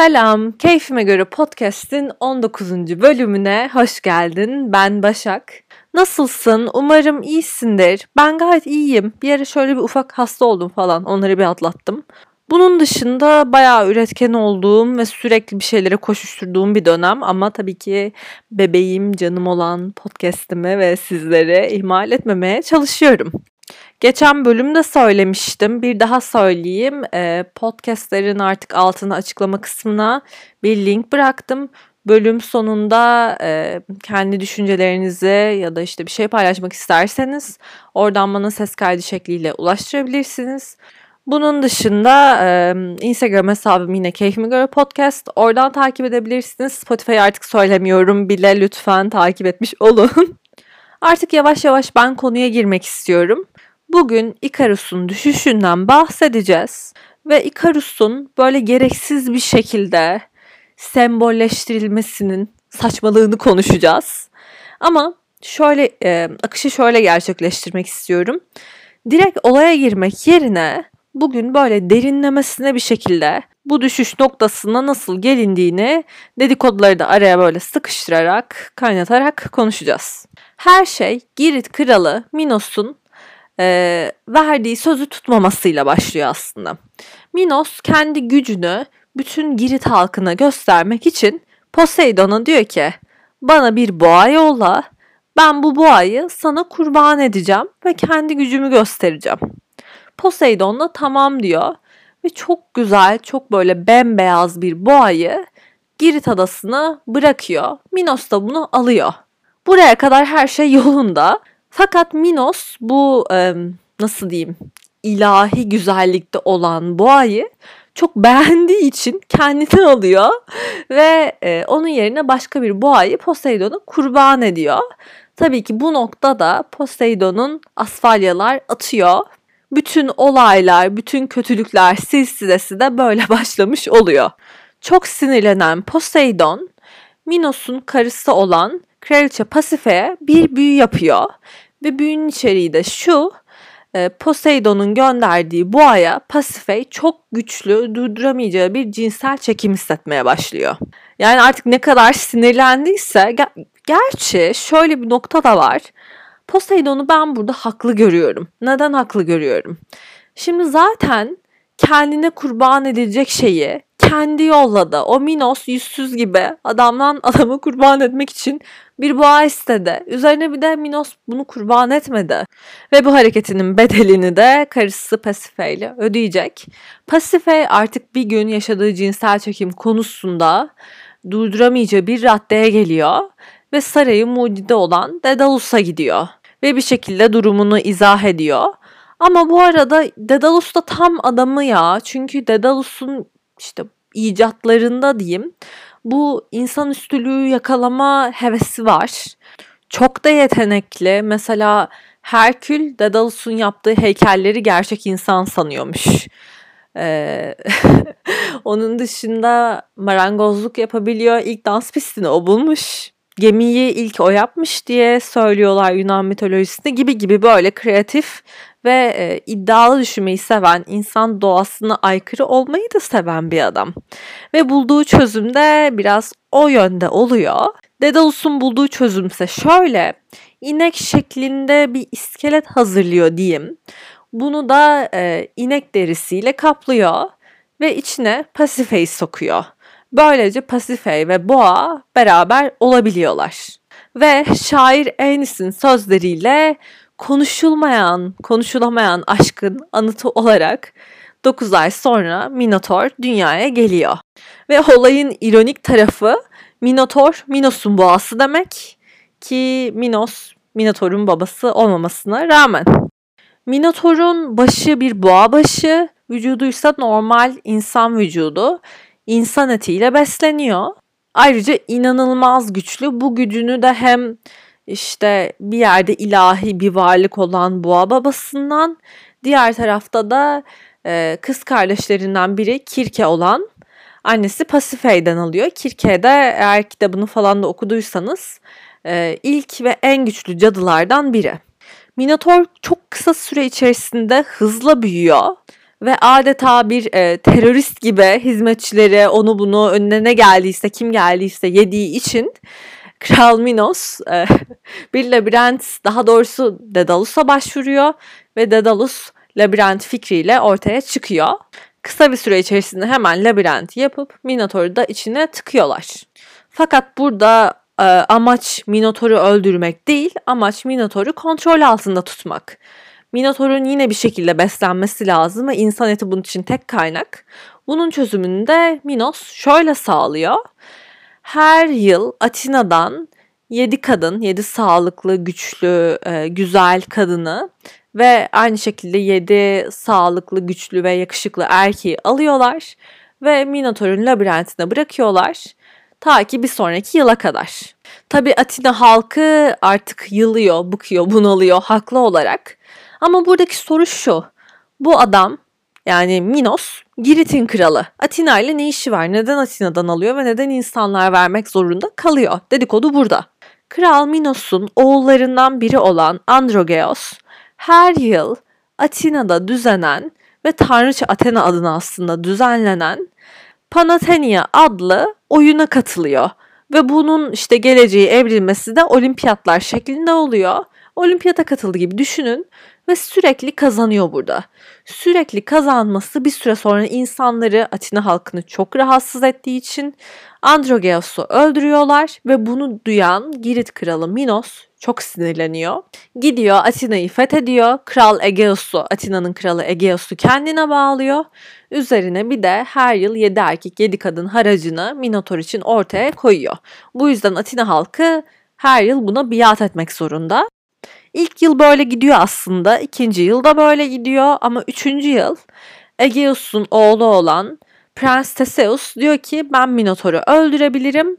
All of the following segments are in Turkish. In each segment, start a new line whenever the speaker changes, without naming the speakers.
Selam, Keyfime Göre Podcast'in 19. bölümüne hoş geldin. Ben Başak. Nasılsın? Umarım iyisindir. Ben gayet iyiyim. Bir ara şöyle bir ufak hasta oldum falan. Onları bir atlattım. Bunun dışında bayağı üretken olduğum ve sürekli bir şeylere koşuşturduğum bir dönem. Ama tabii ki bebeğim, canım olan podcast'imi ve sizleri ihmal etmemeye çalışıyorum. Geçen bölümde söylemiştim. Bir daha söyleyeyim. Podcast'lerin artık altına açıklama kısmına bir link bıraktım. Bölüm sonunda kendi düşüncelerinizi ya da işte bir şey paylaşmak isterseniz oradan bana ses kaydı şekliyle ulaştırabilirsiniz. Bunun dışında Instagram hesabım yine Keyfime Göre Podcast. Oradan takip edebilirsiniz. Spotify'ı artık söylemiyorum bile, lütfen takip etmiş olun. Artık yavaş yavaş ben konuya girmek istiyorum. Bugün Ikarus'un düşüşünden bahsedeceğiz ve Ikarus'un böyle gereksiz bir şekilde sembolleştirilmesinin saçmalığını konuşacağız. Ama akışı şöyle gerçekleştirmek istiyorum. Direkt olaya girmek yerine bugün böyle derinlemesine bir şekilde bu düşüş noktasına nasıl gelindiğini dedikoduları da araya böyle sıkıştırarak, kaynatarak konuşacağız. Her şey Girit kralı Minos'un verdiği sözü tutmamasıyla başlıyor aslında. Minos kendi gücünü bütün Girit halkına göstermek için Poseidon'a diyor ki bana bir boğa yolla, ben bu boğayı sana kurban edeceğim ve kendi gücümü göstereceğim. Poseidon da tamam diyor ve çok güzel, çok böyle bembeyaz bir boğayı Girit adasına bırakıyor. Minos da bunu alıyor. Buraya kadar her şey yolunda. Fakat Minos bu nasıl diyeyim, ilahi güzellikte olan boğayı çok beğendiği için kendine alıyor ve onun yerine başka bir boğayı Poseidon'a kurban ediyor. Tabii ki bu noktada Poseidon'un asfalyalar atıyor. Bütün olaylar, bütün kötülükler silsilesi de böyle başlamış oluyor. Çok sinirlenen Poseidon, Minos'un karısı olan Kraliçe Pasife'ye bir büyü yapıyor. Ve büyünün içeriği de şu: Poseidon'un gönderdiği boğaya Pasife çok güçlü, durduramayacağı bir cinsel çekim hissetmeye başlıyor. Yani artık ne kadar sinirlendiyse, gerçi şöyle bir nokta da var. Poseidon'u ben burada haklı görüyorum. Neden haklı görüyorum? Şimdi zaten kendine kurban edilecek şeyi kendi yolladı. O Minos yüzsüz gibi adamdan adamı kurban etmek için bir boğa istedi. Üzerine bir de Minos bunu kurban etmedi. Ve bu hareketinin bedelini de karısı Pasife ile ödeyecek. Pasife artık bir gün yaşadığı cinsel çekim konusunda durduramayacağı bir raddeye geliyor ve sarayın mucidi olan Daedalus'a gidiyor. Ve bir şekilde durumunu izah ediyor. Ama bu arada Daedalus da tam adamı ya. Çünkü Daedalus'un işte icatlarında diyeyim, bu insanüstülüğü yakalama hevesi var. Çok da yetenekli. Mesela Herkül Daedalus'un yaptığı heykelleri gerçek insan sanıyormuş. Onun dışında marangozluk yapabiliyor. İlk dans pistini o bulmuş. Gemiyi ilk o yapmış diye söylüyorlar Yunan mitolojisinde, gibi böyle kreatif ve iddialı düşünmeyi seven, insan doğasına aykırı olmayı da seven bir adam. Ve bulduğu çözüm de biraz o yönde oluyor. Daedalus'un bulduğu çözümse şöyle: inek şeklinde bir iskelet hazırlıyor diyeyim. Bunu da inek derisiyle kaplıyor ve içine Pasife'yi sokuyor. Böylece Pasife ve boğa beraber olabiliyorlar. Ve şair Aeneas'in sözleriyle konuşulamayan aşkın anıtı olarak 9 ay sonra Minotor dünyaya geliyor. Ve olayın ironik tarafı, Minotor, Minos'un boğası demek ki Minos, Minotor'un babası olmamasına rağmen. Minotor'un başı bir boğa başı, vücuduysa normal insan vücudu. İnsan etiyle besleniyor. Ayrıca inanılmaz güçlü. Bu gücünü de hem işte bir yerde ilahi bir varlık olan boğa babasından, diğer tarafta da kız kardeşlerinden biri Kirke olan annesi Pasife'den alıyor. Kirke de, eğer kitabını falan da okuduysanız, ilk ve en güçlü cadılardan biri. Minotor çok kısa süre içerisinde hızla büyüyor ve adeta bir terörist gibi hizmetçileri onu bunu önüne ne geldiyse kim geldiyse yediği için Kral Minos bir labirent, daha doğrusu Daedalus'a başvuruyor ve Daedalus labirent fikriyle ortaya çıkıyor. Kısa bir süre içerisinde hemen labirent yapıp Minotaur'u da içine tıkıyorlar. Fakat burada amaç Minotaur'u öldürmek değil, amaç Minotaur'u kontrol altında tutmak. Minotaur'un yine bir şekilde beslenmesi lazım ve insan eti bunun için tek kaynak. Bunun çözümünü de Minos şöyle sağlıyor. Her yıl Atina'dan 7 kadın, 7 sağlıklı, güçlü, güzel kadını ve aynı şekilde 7 sağlıklı, güçlü ve yakışıklı erkeği alıyorlar ve Minotaur'un labirentine bırakıyorlar. Ta ki bir sonraki yıla kadar. Tabii Atina halkı artık yılıyor, bıkıyor, bunalıyor haklı olarak. Ama buradaki soru şu. Bu adam, yani Minos, Girit'in kralı. Atina ile ne işi var? Neden Atina'dan alıyor ve neden insanlar vermek zorunda kalıyor? Dedikodu burada. Kral Minos'un oğullarından biri olan Androgeos her yıl Atina'da düzenen ve Tanrıça Athena adına aslında düzenlenen Panathenia adlı oyuna katılıyor. Ve bunun işte geleceği evrilmesi de olimpiyatlar şeklinde oluyor. Olimpiyata katıldığı gibi düşünün ve sürekli kazanıyor burada. Sürekli kazanması bir süre sonra insanları, Atina halkını çok rahatsız ettiği için Androgeos'u öldürüyorlar ve bunu duyan Girit kralı Minos çok sinirleniyor. Gidiyor Atina'yı fethediyor. Kral Egeus'u, Atina'nın kralı Egeus'u kendine bağlıyor. Üzerine bir de her yıl 7 erkek 7 kadın haracını Minotaur için ortaya koyuyor. Bu yüzden Atina halkı her yıl buna biat etmek zorunda. İlk yıl böyle gidiyor aslında. İkinci yıl da böyle gidiyor. Ama üçüncü yıl Egeus'un oğlu olan Prens Theseus diyor ki ben Minotaur'u öldürebilirim.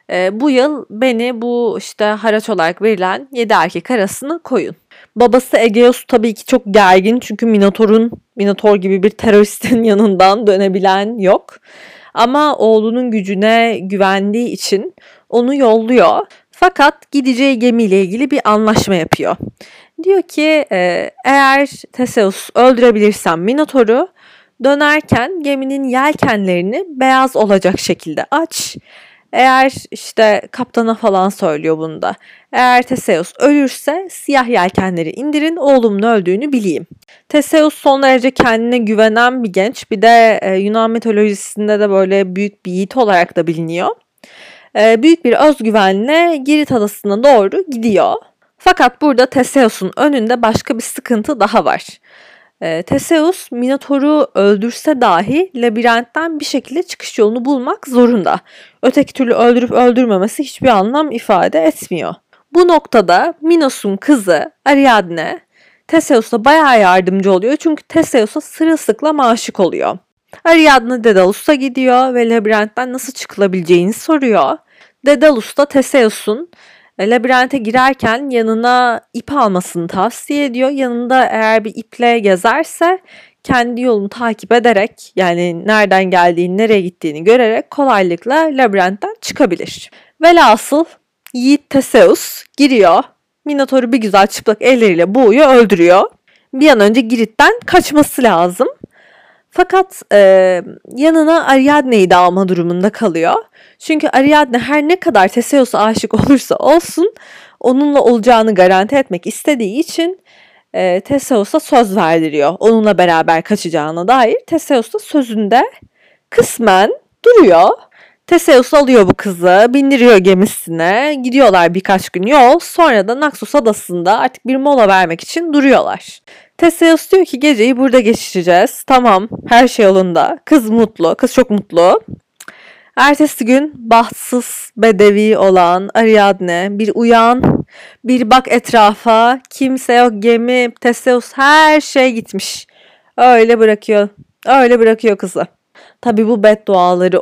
Bu yıl beni bu işte haraç olarak verilen 7 erkek arasına koyun. Babası Egeus tabii ki çok gergin çünkü Minotaur gibi bir teröristin yanından dönebilen yok. Ama oğlunun gücüne güvendiği için onu yolluyor. Fakat gideceği gemiyle ilgili bir anlaşma yapıyor. Diyor ki eğer Theseus öldürebilirsem Minotaur'u dönerken geminin yelkenlerini beyaz olacak şekilde aç. Eğer işte kaptana falan söylüyor bunu da. Eğer Theseus ölürse siyah yelkenleri indirin oğlumun öldüğünü bileyim. Theseus son derece kendine güvenen bir genç. Bir de Yunan mitolojisinde de böyle büyük bir yiğit olarak da biliniyor. Büyük bir özgüvenle Girit adasına doğru gidiyor. Fakat burada Theseus'un önünde başka bir sıkıntı daha var. Theseus Minotaur'u öldürse dahi labirentten bir şekilde çıkış yolunu bulmak zorunda. Öteki türlü öldürüp öldürmemesi hiçbir anlam ifade etmiyor. Bu noktada Minos'un kızı Ariadne Theseus'a bayağı yardımcı oluyor çünkü Theseus'a sırılsıklam aşık oluyor. Ariadne Daedalus'a gidiyor ve labirentten nasıl çıkılabileceğini soruyor. Daedalus da Theseus'un labirente girerken yanına ip almasını tavsiye ediyor. Yanında eğer bir iple gezerse kendi yolunu takip ederek yani nereden geldiğini, nereye gittiğini görerek kolaylıkla labirentten çıkabilir. Velhasıl yiğit Theseus giriyor. Minotaur'u bir güzel çıplak elleriyle boğuyor, öldürüyor. Bir an önce Girit'ten kaçması lazım. Fakat yanına Ariadne'yi de alma durumunda kalıyor. Çünkü Ariadne her ne kadar Theseus'a aşık olursa olsun onunla olacağını garanti etmek istediği için Theseus'a söz verdiriyor. Onunla beraber kaçacağına dair. Theseus da sözünde kısmen duruyor. Theseus alıyor bu kızı, bindiriyor gemisine, gidiyorlar birkaç gün yol. Sonra da Naxos adasında artık bir mola vermek için duruyorlar. Theseus diyor ki geceyi burada geçireceğiz. Tamam, her şey yolunda. Kız mutlu, kız çok mutlu. Ertesi gün bahtsız bedevi olan Ariadne bir uyan, bir bak etrafa, kimse yok, gemi, Theseus her şey gitmiş. Öyle bırakıyor kızı. Tabii bu bedduaları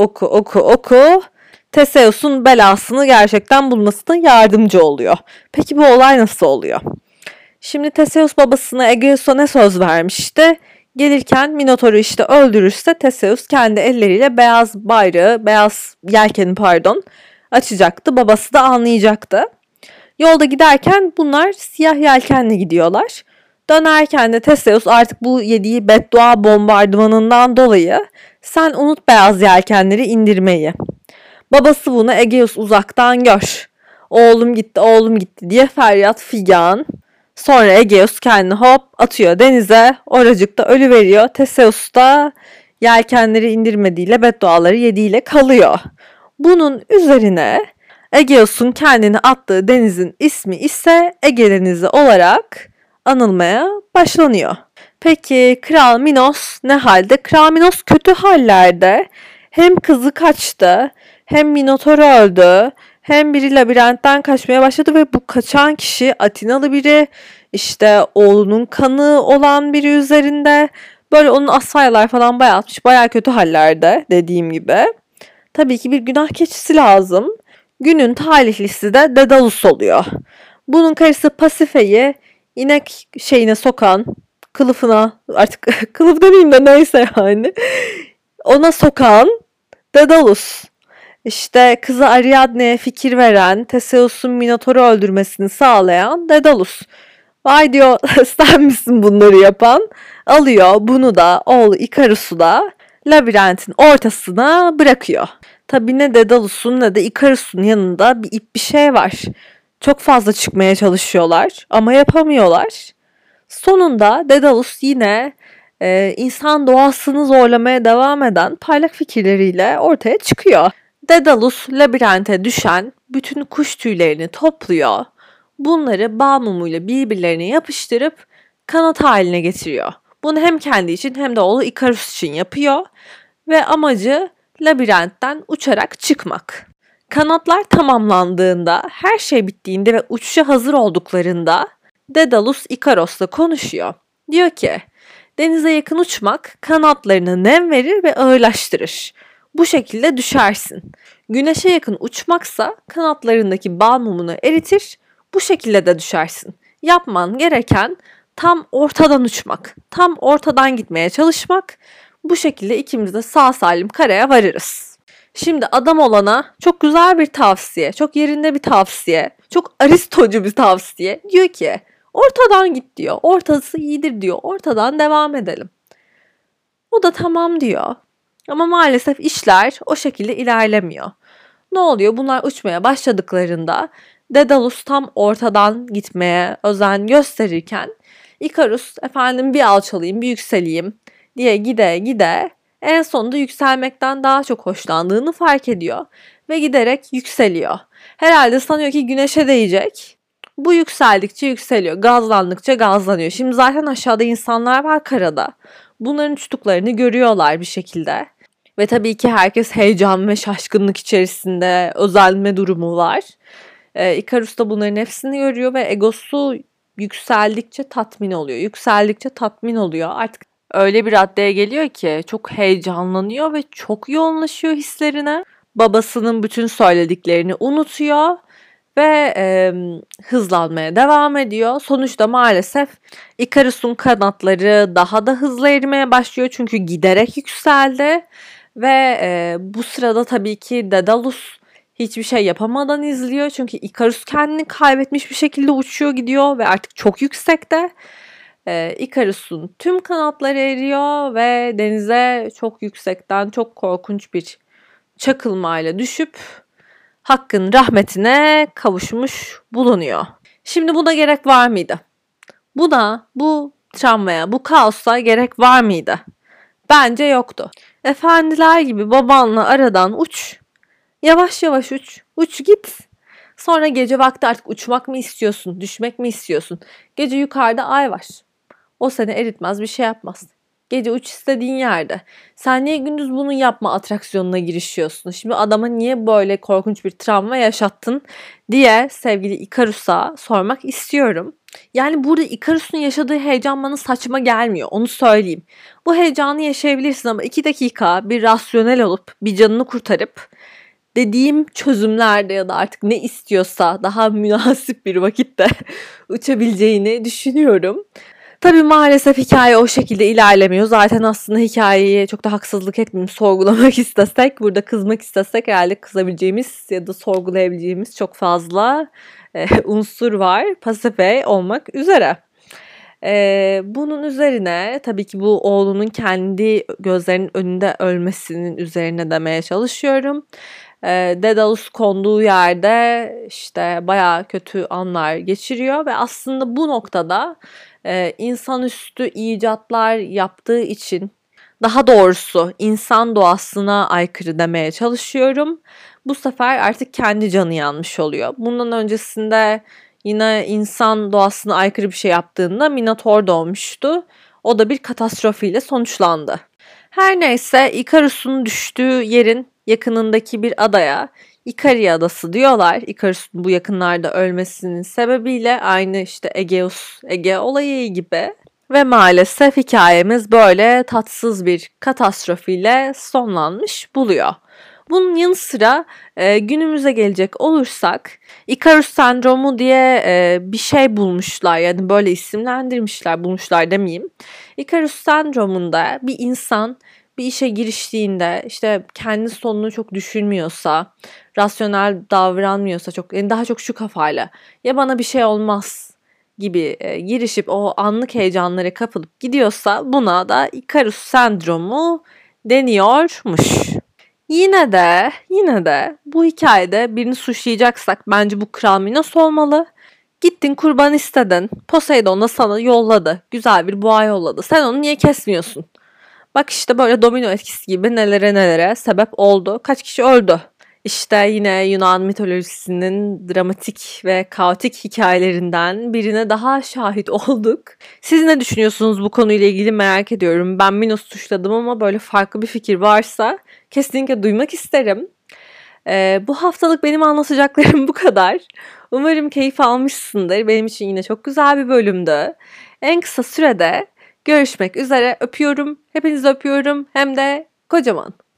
oku. Theseus'un belasını gerçekten bulmasına yardımcı oluyor. Peki bu olay nasıl oluyor? Şimdi Theseus babasına Egeus'a ne söz vermişti? Gelirken Minotaur'u işte öldürürse Theseus kendi elleriyle beyaz yelkeni açacaktı. Babası da anlayacaktı. Yolda giderken bunlar siyah yelkenle gidiyorlar. Dönerken de Theseus artık bu yediği beddua bombardımanından dolayı sen unut beyaz yelkenleri indirmeyi. Babası bunu Egeus uzaktan gör. Oğlum gitti, oğlum gitti diye feryat figan. Sonra Egeus kendini hop atıyor denize. Oracıkta ölüveriyor. Theseus da yelkenleri indirmediğiyle bedduaları yediğiyle kalıyor. Bunun üzerine Egeus'un kendini attığı denizin ismi ise Ege Denizi olarak anılmaya başlanıyor. Peki Kral Minos ne halde? Kral Minos kötü hallerde. Hem kızı kaçtı, hem Minotaur öldü, hem biri labirentten kaçmaya başladı ve bu kaçan kişi Atinalı biri. İşte oğlunun kanı olan biri üzerinde. Böyle onun asaylar falan bayağı atmış. Bayağı kötü hallerde dediğim gibi. Tabii ki bir günah keçisi lazım. Günün talihlisi de Dedalus oluyor. Bunun karısı Pasife'yi inek şeyine sokan, kılıfına artık kılıf demeyeyim de neyse yani. Ona sokan Dedalus. İşte kızı Ariadne'ye fikir veren, Theseus'un Minotaur'u öldürmesini sağlayan Dedalus. Vay diyor sen misin bunları yapan? Alıyor bunu da oğlu Ikarus'u da labirentin ortasına bırakıyor. Tabi ne Dedalus'un ne de Ikarus'un yanında bir ip bir şey var. Çok fazla çıkmaya çalışıyorlar ama yapamıyorlar. Sonunda Dedalus yine insan doğasını zorlamaya devam eden parlak fikirleriyle ortaya çıkıyor. Dedalus labirente düşen bütün kuş tüylerini topluyor. Bunları bal mumuyla birbirlerine yapıştırıp kanat haline getiriyor. Bunu hem kendi için hem de oğlu Ikarus için yapıyor ve amacı labirentten uçarak çıkmak. Kanatlar tamamlandığında, her şey bittiğinde ve uçuşa hazır olduklarında Dedalus Ikaros'la konuşuyor. Diyor ki, denize yakın uçmak kanatlarına nem verir ve ağırlaştırır. Bu şekilde düşersin. Güneşe yakın uçmaksa kanatlarındaki bal mumunu eritir, bu şekilde de düşersin. Yapman gereken tam ortadan uçmak, tam ortadan gitmeye çalışmak. Bu şekilde ikimiz de sağ salim karaya varırız. Şimdi adam olana çok güzel bir tavsiye, çok yerinde bir tavsiye, çok Aristocu bir tavsiye. Diyor ki ortadan git diyor, ortası iyidir diyor, ortadan devam edelim. O da tamam diyor. Ama maalesef işler o şekilde ilerlemiyor. Ne oluyor? Bunlar uçmaya başladıklarında Dedalus tam ortadan gitmeye özen gösterirken Ikarus efendim bir alçalayım, bir yükseleyim diye gide en sonunda yükselmekten daha çok hoşlandığını fark ediyor ve giderek yükseliyor. Herhalde sanıyor ki güneşe değecek. Bu yükseldikçe yükseliyor, gazlandıkça gazlanıyor. Şimdi zaten aşağıda insanlar var karada. Bunların uçtuklarını görüyorlar bir şekilde. Ve tabii ki herkes heyecan ve şaşkınlık içerisinde, özenme durumu var. Ikarus da bunların hepsini görüyor ve egosu yükseldikçe tatmin oluyor. Yükseldikçe tatmin oluyor. Artık öyle bir raddeye geliyor ki çok heyecanlanıyor ve çok yoğunlaşıyor hislerine. Babasının bütün söylediklerini unutuyor ve hızlanmaya devam ediyor. Sonuçta maalesef Ikarus'un kanatları daha da hızlı erimeye başlıyor çünkü giderek yükseldi. Ve bu sırada tabii ki Dedalus hiçbir şey yapamadan izliyor. Çünkü Ikarus kendini kaybetmiş bir şekilde uçuyor gidiyor ve artık çok yüksekte. Ikarus'un tüm kanatları eriyor ve denize çok yüksekten çok korkunç bir çakılmayla düşüp Hakk'ın rahmetine kavuşmuş bulunuyor. Şimdi buna gerek var mıydı? Bu travmaya, bu kaosa gerek var mıydı? Bence yoktu. Efendiler gibi babanla aradan uç. Yavaş yavaş uç. Uç git. Sonra gece vakti artık uçmak mı istiyorsun? Düşmek mi istiyorsun? Gece yukarıda ay var. O seni eritmez, bir şey yapmaz. Gece uç istediğin yerde. Sen niye gündüz bunu yapma atraksiyonuna girişiyorsun? Şimdi adama niye böyle korkunç bir travma yaşattın diye sevgili Ikarus'a sormak istiyorum. Yani burada Ikarus'un yaşadığı heyecan bana saçma gelmiyor. Onu söyleyeyim. Bu heyecanı yaşayabilirsin ama 2 dakika bir rasyonel olup bir canını kurtarıp dediğim çözümlerde ya da artık ne istiyorsa daha münasip bir vakitte uçabileceğini düşünüyorum. Tabii maalesef hikaye o şekilde ilerlemiyor. Zaten aslında hikayeyi çok da haksızlık etmeyeyim. Sorgulamak istesek, burada kızmak istesek herhalde kızabileceğimiz ya da sorgulayabileceğimiz çok fazla unsur var. Pasife olmak üzere. Bunun üzerine tabii ki bu oğlunun kendi gözlerinin önünde ölmesinin üzerine demeye çalışıyorum. Daedalus konduğu yerde işte bayağı kötü anlar geçiriyor ve aslında bu noktada insanüstü icatlar yaptığı için, daha doğrusu insan doğasına aykırı demeye çalışıyorum. Bu sefer artık kendi canı yanmış oluyor. Bundan öncesinde yine insan doğasına aykırı bir şey yaptığında Minotaur doğmuştu. O da bir katastrofiyle sonuçlandı. Her neyse, Ikarus'un düştüğü yerin yakınındaki bir adaya İkaria Adası diyorlar. Ikarus'un bu yakınlarda ölmesinin sebebiyle aynı işte Ege olayı gibi. Ve maalesef hikayemiz böyle tatsız bir katastrofiyle sonlanmış buluyor. Bunun yanı sıra günümüze gelecek olursak Ikarus sendromu diye bir şey bulmuşlar. Yani böyle isimlendirmişler, bulmuşlar demeyeyim. Ikarus sendromunda bir insan bir işe giriştiğinde işte kendi sonunu çok düşünmüyorsa, rasyonel davranmıyorsa, yani daha çok şu kafayla ya bana bir şey olmaz gibi girişip o anlık heyecanlara kapılıp gidiyorsa buna da Ikarus sendromu deniyormuş. Yine de bu hikayede birini suçlayacaksak bence bu Kral Minos olmalı. Gittin kurban istedin. Poseidon da sana yolladı. Güzel bir boğa yolladı. Sen onu niye kesmiyorsun? Bak işte böyle domino etkisi gibi nelere sebep oldu. Kaç kişi öldü? İşte yine Yunan mitolojisinin dramatik ve kaotik hikayelerinden birine daha şahit olduk. Siz ne düşünüyorsunuz bu konuyla ilgili merak ediyorum. Ben Minos suçladım ama böyle farklı bir fikir varsa kesinlikle duymak isterim. Bu haftalık benim anlatacaklarım bu kadar. Umarım keyif almışsındır. Benim için yine çok güzel bir bölümdü. En kısa sürede görüşmek üzere. Öpüyorum. Hepinizi öpüyorum. Hem de kocaman.